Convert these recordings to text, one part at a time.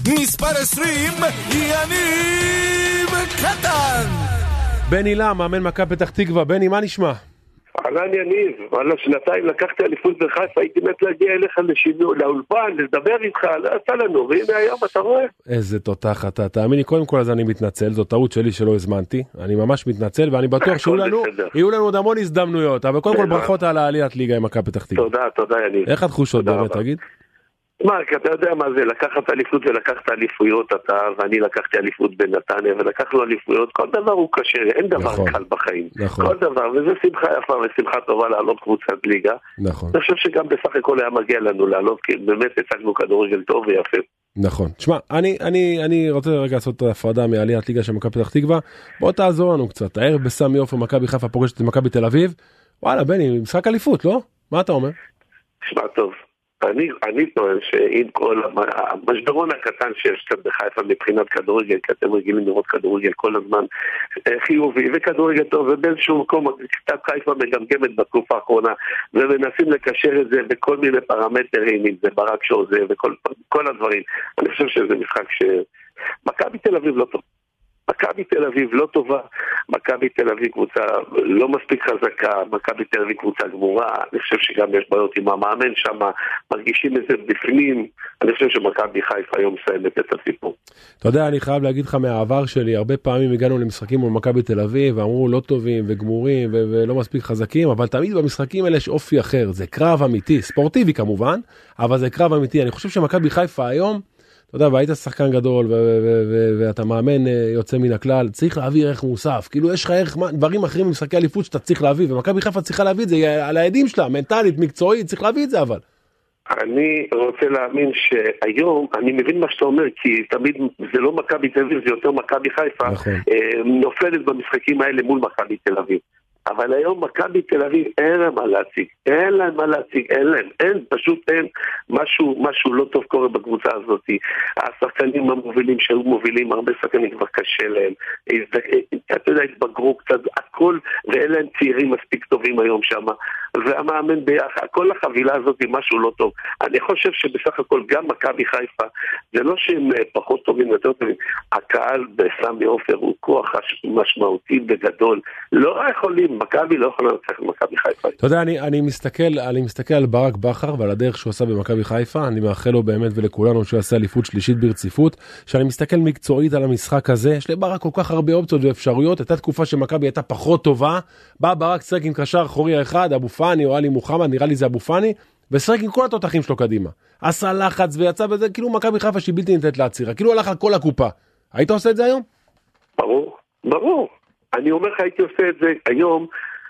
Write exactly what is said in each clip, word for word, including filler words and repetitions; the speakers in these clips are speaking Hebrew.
מספר עשרים, יניב קטן. בני לה, מאמן מכבי פתח תקווה. בני, מה נשמע? אהלן יניב, על השנתיים לקחתי אליפות בחיפה, הייתי מת להגיע אליך לשינוי, לאולפן, לדבר איתך, לא עשה לנו, והנה היום אתה רואה. איזה תותח אתה, תאמיני, קודם כל אז אני מתנצל, זו טעות שלי שלא הזמנתי, אני ממש מתנצל, ואני בטוח שיהיו לנו, יהיו לנו עוד המון הזדמנויות, אבל קודם כל ברכות על העליית ליגה עם מכבי פתח תקווה. תודה, תודה יניב. איך התחושות באמת, תגיד? מה, אתה יודע מה זה, לקחת אליפות ולקחת אליפויות אתה, ואני לקחתי אליפות בנתניה, ולקחנו אליפויות, כל דבר הוא קשה, אין דבר נכון, קל בחיים. נכון. כל דבר, וזה שמחה יפה ושמחה טובה לעלות קבוצת ליגה. נכון. אני חושב שגם בסך הכל היה מגיע לנו לעלות, כי באמת הצגנו כדורגל טוב ויפה. נכון. תשמע, אני, אני, אני רוצה רגע לעשות את ההפרדה מעליית ליגה של מכבי פתח תקווה. בוא תעזור לנו קצת. הערב בסמי עופר מכבי חיפה פוגשת את מכבי תל אביב. וואלה, בני, משחק אליפות, לא? מה אתה אומר? תשמע טוב. אני, אני טוען שעם כל המשברון הקטן שיש קצת בחיפה מבחינת כדורגל, כי אתם רגילים לראות כדורגל כל הזמן חיובי וכדורגל טוב, ובאיזשהו מקום קצת חיפה מגמגמת בתקופה האחרונה, ומנסים לקשר את זה בכל מיני פרמטרים, אם זה ברק שעוזב וכל כל הדברים. אני חושב שזה משחק שמכבי תל אביב לא טוב. מכבי תל אביב לא טובה, מכבי תל אביב קבוצה לא מספיק חזקה, מכבי תל אביב קבוצה גמורה, אני חושב שגם יש בעיות עם המאמן שם, מרגישים את זה בפנים, אני חושב שמכבי חיפה היום מסיימת את הסיפור. אתה יודע, אני חייב להגיד לך מהעבר שלי, הרבה פעמים הגענו למשחקים מול מכבי תל אביב, ואמרו לא טובים וגמורים ו- ולא מספיק חזקים, אבל תמיד במשחקים האלה יש אופי אחר, זה קרב אמיתי, ספורטיבי כמובן, אבל זה קרב אמיתי. אני חושב שמכבי חיפה היום, אתה יודע, והיית שחקן גדול, ואתה מאמן יוצא מן הכלל, צריך להביא ערך מוסף, כאילו יש לך ערך, דברים אחרים במשחקי אליפות שאתה צריך להביא, ומכבי חיפה צריכה להביא את זה על הידים שלה, מנטלית, מקצועית, צריך להביא את זה אבל. אני רוצה להאמין שהיום, אני מבין מה שאתה אומר, כי תמיד זה לא מכבי תל אביב, זה יותר מכבי חיפה, נכון. נופלת במשחקים האלה מול מכבי תל אביב. אבל היום מכבי תל אביב אין להם מה להציג, אין להם מה להציג, אין להם, אין, פשוט אין, משהו, משהו לא טוב קורה בקבוצה הזאת. השחקנים המובילים שהיו מובילים, הרבה שחקנים כבר קשה להם, אתה יודע, התבגרו קצת, הכל, ואין להם צעירים מספיק טובים היום שם, והמאמן ביחד, כל החבילה הזאת היא משהו לא טוב. אני חושב שבסך הכל גם מכבי חיפה, זה לא שהם פחות טובים, יותר טובים, הקהל בסמי עופר הוא כוח משמעותי וגדול, לא יכולים, מכבי לא יכולה לצחק במכבי חיפה. אתה יודע, אני, אני מסתכל, אני מסתכל על ברק בכר ועל הדרך שהוא עשה במכבי חיפה, אני מאחל לו באמת ולכולנו שהוא יעשה אליפות שלישית ברציפות, שאני מסתכל מקצועית על המשחק הזה, יש לברק כל כך הרבה אופציות ואפשרויות, הייתה תקופה שמכבי הייתה פחות טובה, בא ברק שחק עם קשר אחורי האחד, אבו פאני או עלי מוחמד, נראה לי זה אבו פאני, ושחק עם כל התותחים שלו קדימה. עשה לחץ ויצא בזה, כאילו מכבי חיפה שהיא בלתי ניתנת לעצירה, כאילו הלך על כל הקופה. היית עושה את זה היום? ברור, ברור. אני אומר לך, הייתי עושה את זה היום,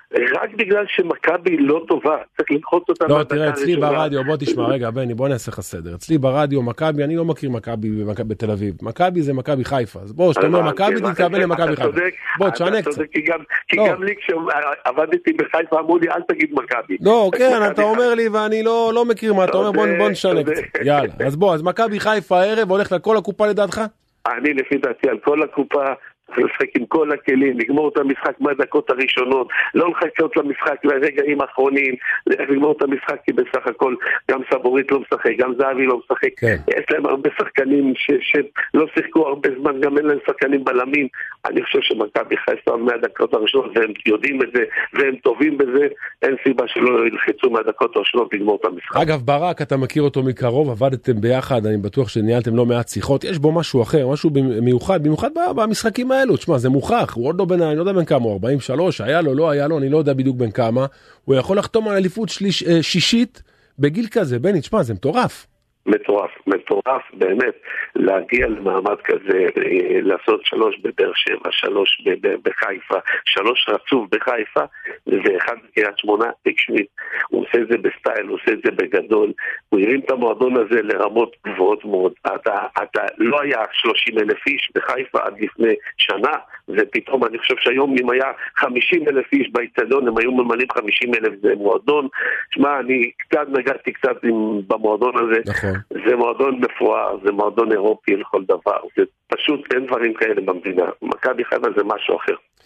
רק בגלל שמכבי לא טובה, צריך ללחוץ אותה. לא, תראה, אצלי ברדיו, בוא תשמע, רגע, בני, בוא נעשה לך סדר. אצלי ברדיו, מכבי, אני לא מכיר מכבי בתל אביב. מכבי זה מכבי חיפה. אז בוא, שאתה אומר מכבי, תתכוון למכבי חיפה. בוא, תשנה קצת. כי גם לי כשעבדתי בחיפה, אמרו לי, אל תגיד מכבי. לא, כן, אתה אומר לי, ואני לא מכיר מה, אתה אומר, בוא נשנה קצת. יאללה, אז בוא, אז מכבי חיפה הערב הולך לכל הקופה לדעתך? אני לפי דעתי על כל הקופה, לשחק עם כל הכלים, לגמור את המשחק מהדקות הראשונות, לא לחכות למשחק לרגעים האחרונים, לגמור את המשחק כי בסך הכל גם סבורית לא משחק, גם זהבי לא משחק. כן. יש להם הרבה שחקנים ש- שלא שיחקו הרבה זמן, גם אין להם שחקנים בלמים. אני חושב שמכבי חיפה מהדקות הראשונות, והם יודעים את זה, והם טובים בזה, אין סיבה שלא ילחצו מהדקות הראשונות לגמור את המשחק. אגב, ברק, אתה מכיר אותו מקרוב, עבדתם ביחד, אני בטוח שניהלתם לא מעט שיחות, יש בו משהו אחר, משהו מיוחד, במיוחד במשחקים האלו, תשמע, זה מוכח, הוא עוד לא בין, אני לא יודע בין כמה, ארבעים ושלוש, היה לו, לא היה לו, אני לא יודע בדיוק בין כמה, הוא יכול לחתום על אליפות שליש, שישית בגיל כזה, בני, תשמע, זה מטורף. מטורף, מטורף, באמת, להגיע למעמד כזה, לעשות שלוש בבאר שבע, שלוש בחיפה, שלוש רצוף בחיפה, ואחד בקריית שמונה, תקשמית. הוא עושה את זה בסטייל, הוא עושה את זה בגדול, הוא הרים את המועדון הזה לרמות גבוהות מאוד. אתה, אתה לא היה שלושים אלף איש בחיפה עד לפני שנה, ופתאום אני חושב שהיום אם היה חמישים אלף איש באיצטדיון, הם היו ממלאים חמישים אלף, זה מועדון. שמע, אני קצת נגעתי קצת עם, במועדון הזה. נכון. זה מועדון מפואר, זה מועדון אירופי לכל דבר, זה פשוט אין דברים כאלה במדינה. מכבי חיפה זה משהו אחר.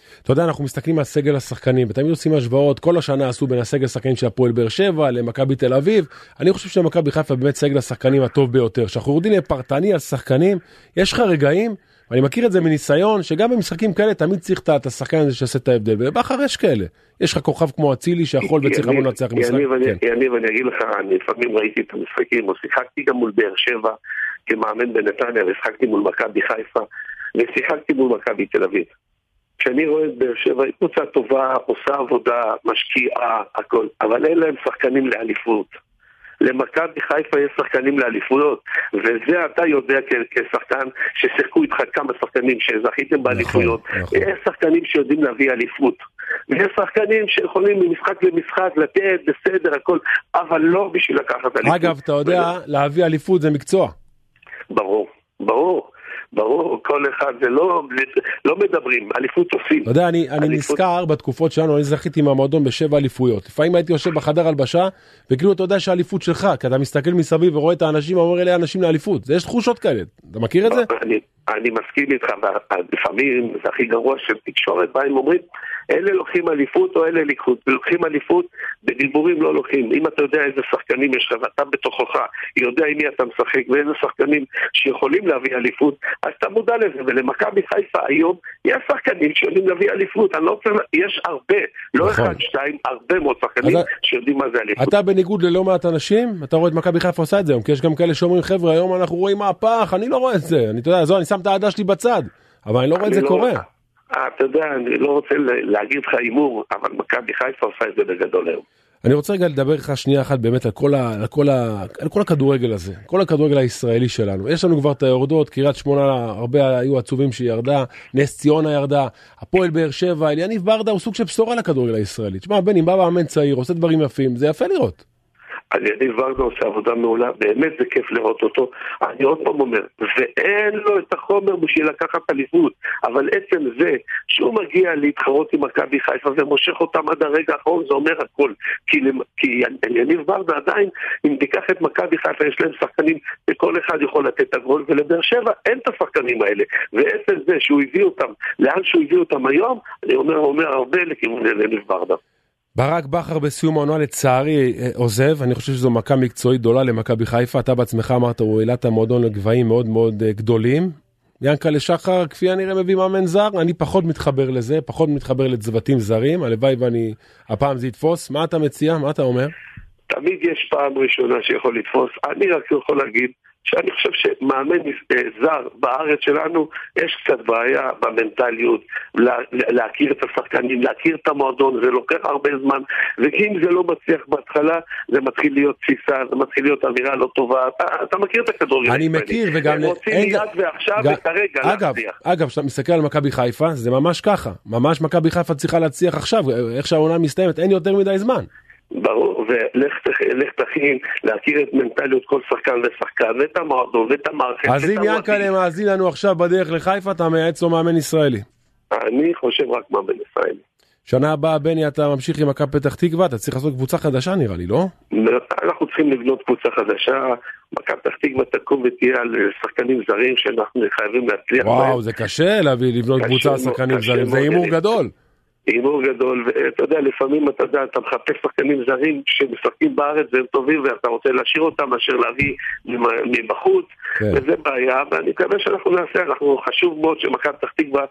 אתה יודע, אנחנו מסתכלים על סגל השחקנים, ותמיד עושים השוואות, כל השנה עשו בין הסגל השחקנים של הפועל באר שבע למכבי תל אביב. אני חושב שמכבי חיפה באמת סגל השחקנים הטוב ביותר. שאנחנו יורדים לפרטני על שחקנים, יש לך רגעים, ואני מכיר את זה מניסיון, שגם במשחקים כאלה תמיד צריך את השחקן הזה שעושה את ההבדל, ובאחר יש כאלה. יש לך כוכב כמו אצילי שיכול וצריך המון לנצח משחק. יניב, אני אגיד לך, אני לפעמים ראיתי את המשחקים, או שיחקתי גם מול באר שבע, כמאמן בנתניה, ושיחקתי מול מכבי חיפה, ושיחקתי מול מכבי תל אביב. כשאני רואה את באר שבע, היא קבוצה טובה, עושה עבודה, משקיעה, הכל, אבל אין להם שחקנים לאליפות. למכבי חיפה יש שחקנים לאליפויות, וזה אתה יודע כשחקן ששיחקו איתך כמה שחקנים שזכיתם באליפויות. יש שחקנים שיודעים להביא אליפות, ויש שחקנים שיכולים ממשחק למשחק לתת בסדר הכל, אבל לא בשביל לקחת אליפות. אגב, אתה יודע, להביא אליפות זה מקצוע. ברור, ברור. ברור, כל אחד זה לא, לא מדברים, אליפות עושים. אתה יודע, אני, אני נזכר בתקופות שלנו, אני זכיתי מהמועדון בשבע אליפויות. לפעמים הייתי יושב בחדר הלבשה, וכאילו אתה יודע שהאליפות שלך, כי אתה מסתכל מסביב ורואה את האנשים, אומר אלה אנשים לאליפות. זה יש תחושות כאלה. אתה מכיר את זה? אני, אני מסכים איתך, לפעמים זה הכי גרוע של תקשורת, בהם אומרים, אלה לוקחים אליפות או אלה לוקחים אליפות, בדיבורים לא לוקחים. אם אתה יודע איזה שחקנים יש לך, ואתה בתוכך, יודע עם מי אתה משחק, ואיזה שחקנים שיכולים להביא אליפות, אז אתה מודע לזה, ולמכבי חיפה היום, יש שחקנים שיודעים להביא אליפות, אני לא רוצה, יש הרבה, לא אחד, שתיים, הרבה מאוד שחקנים שיודעים מה זה אליפות. אתה בניגוד ללא מעט אנשים, אתה רואה את מכבי חיפה עושה את זה היום, כי יש גם כאלה שאומרים, חבר'ה, היום אנחנו רואים מהפך, אני לא רואה את זה, אני, אתה יודע, זו, אני שם את העדה שלי בצד, אבל אני לא רואה את זה קורה. אתה יודע, אני לא רוצה להגיד לך אימור, אבל מכבי חיפה עושה את זה בגדול היום. אני רוצה רגע לדבר לך שנייה אחת באמת על כל, ה, על, כל ה, על כל הכדורגל הזה, כל הכדורגל הישראלי שלנו. יש לנו כבר את היורדות, קריית שמונה, הרבה היו עצובים שהיא ירדה, נס ציונה ירדה, הפועל באר שבע, יניב ברדה הוא סוג של בשורה לכדורגל הישראלי. תשמע, בני בא מאמן צעיר, עושה דברים יפים, זה יפה לראות. אז יניב ברדה עושה עבודה מעולה, באמת זה כיף לראות אותו. אני עוד פעם אומר, ואין לו את החומר בשביל לקחת אליפות, אבל עצם זה שהוא מגיע להתחרות עם מכבי חיפה ומושך אותם עד הרגע האחרון, זה אומר הכל. כי, כי יניב ברדה עדיין, אם תיקח את מכבי חיפה, יש להם שחקנים, וכל אחד יכול לתת את הגול, ולבאר שבע אין את השחקנים האלה. ועצם זה שהוא הביא אותם, לאן שהוא הביא אותם היום, אני אומר, אומר הרבה לכיוון יניב ברדה. ברק בכר בסיום העונה לצערי עוזב, אני חושב שזו מכה מקצועית גדולה למכבי חיפה, אתה בעצמך אמרת, הוא העלה את המועדון לגבהים מאוד מאוד גדולים. ינקלה שחר, כפי הנראה מביא מאמן זר, אני פחות מתחבר לזה, פחות מתחבר לצוותים זרים, הלוואי ואני, הפעם זה יתפוס. מה אתה מציע? מה אתה אומר? תמיד יש פעם ראשונה שיכול לתפוס, אני רק יכול להגיד, שאני חושב שמאמן זר בארץ שלנו, יש קצת בעיה במנטליות, לה, להכיר את השחקנים, להכיר את המועדון, זה לוקח הרבה זמן, ואם זה לא מצליח בהתחלה, זה מתחיל להיות תסיסה, זה מתחיל להיות אמירה לא טובה, אתה, אתה מכיר את הכדורגל. אני מכיר, וגם... הם רוצים מיד ועכשיו ג... את הרגע אגב, להצליח. אגב, כשאתה מסתכל על מכבי חיפה, זה ממש ככה, ממש מכבי חיפה צריכה להצליח עכשיו, איך שהעונה מסתיימת, אין יותר מדי זמן. ברור, ולך תכין להכיר את מנטליות כל שחקן ושחקן, ואת המועדון, ואת המערכת. אז אם ינקלה מאזין לנו עכשיו בדרך לחיפה, אתה מייעץ לו מאמן ישראלי? אני חושב רק מאמן ישראלי. שנה הבאה, בני, אתה ממשיך עם מכבי פתח תקווה, אתה צריך לעשות קבוצה חדשה נראה לי, לא? אנחנו צריכים לבנות קבוצה חדשה, מכבי פתח תקווה תקום ותהיה על שחקנים זרים שאנחנו חייבים להצליח. וואו, זה קשה להביא, לבנות קבוצה על שחקנים זרים, זה אימור גדול. אימור גדול, ואתה יודע, לפעמים אתה יודע, אתה מחפש שחקנים זרים שמשחקים בארץ והם טובים, ואתה רוצה להשאיר אותם מאשר להביא מבחוץ, וזה בעיה, ואני מקווה שאנחנו נעשה, אנחנו חשוב מאוד שמכבי פתח תקווה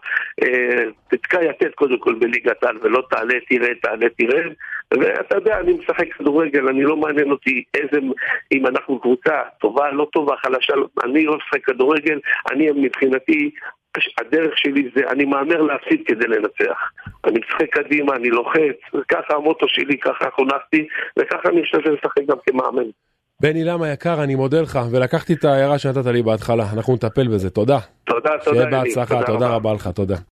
תתקע יתד קודם כל בליגת העל, ולא תעלה תראה, תעלה תראה, ואתה יודע, אני משחק כדורגל, אני לא מעניין אותי איזה, אם אנחנו קבוצה טובה, לא טובה, חלשה, אני לא משחק כדורגל, אני מבחינתי, הדרך שלי זה, אני מאמר להפסיד כדי לנצח. אני משחק קדימה, אני לוחץ, ככה המוטו שלי, ככה חונכתי, וככה אני אשתדל לשחק גם כמאמן. בני למה יקר, אני מודה לך, ולקחתי את ההערה שנתת לי בהתחלה, אנחנו נטפל בזה, תודה. תודה, תודה. שיהיה בהצלחה, תודה רבה לך, תודה.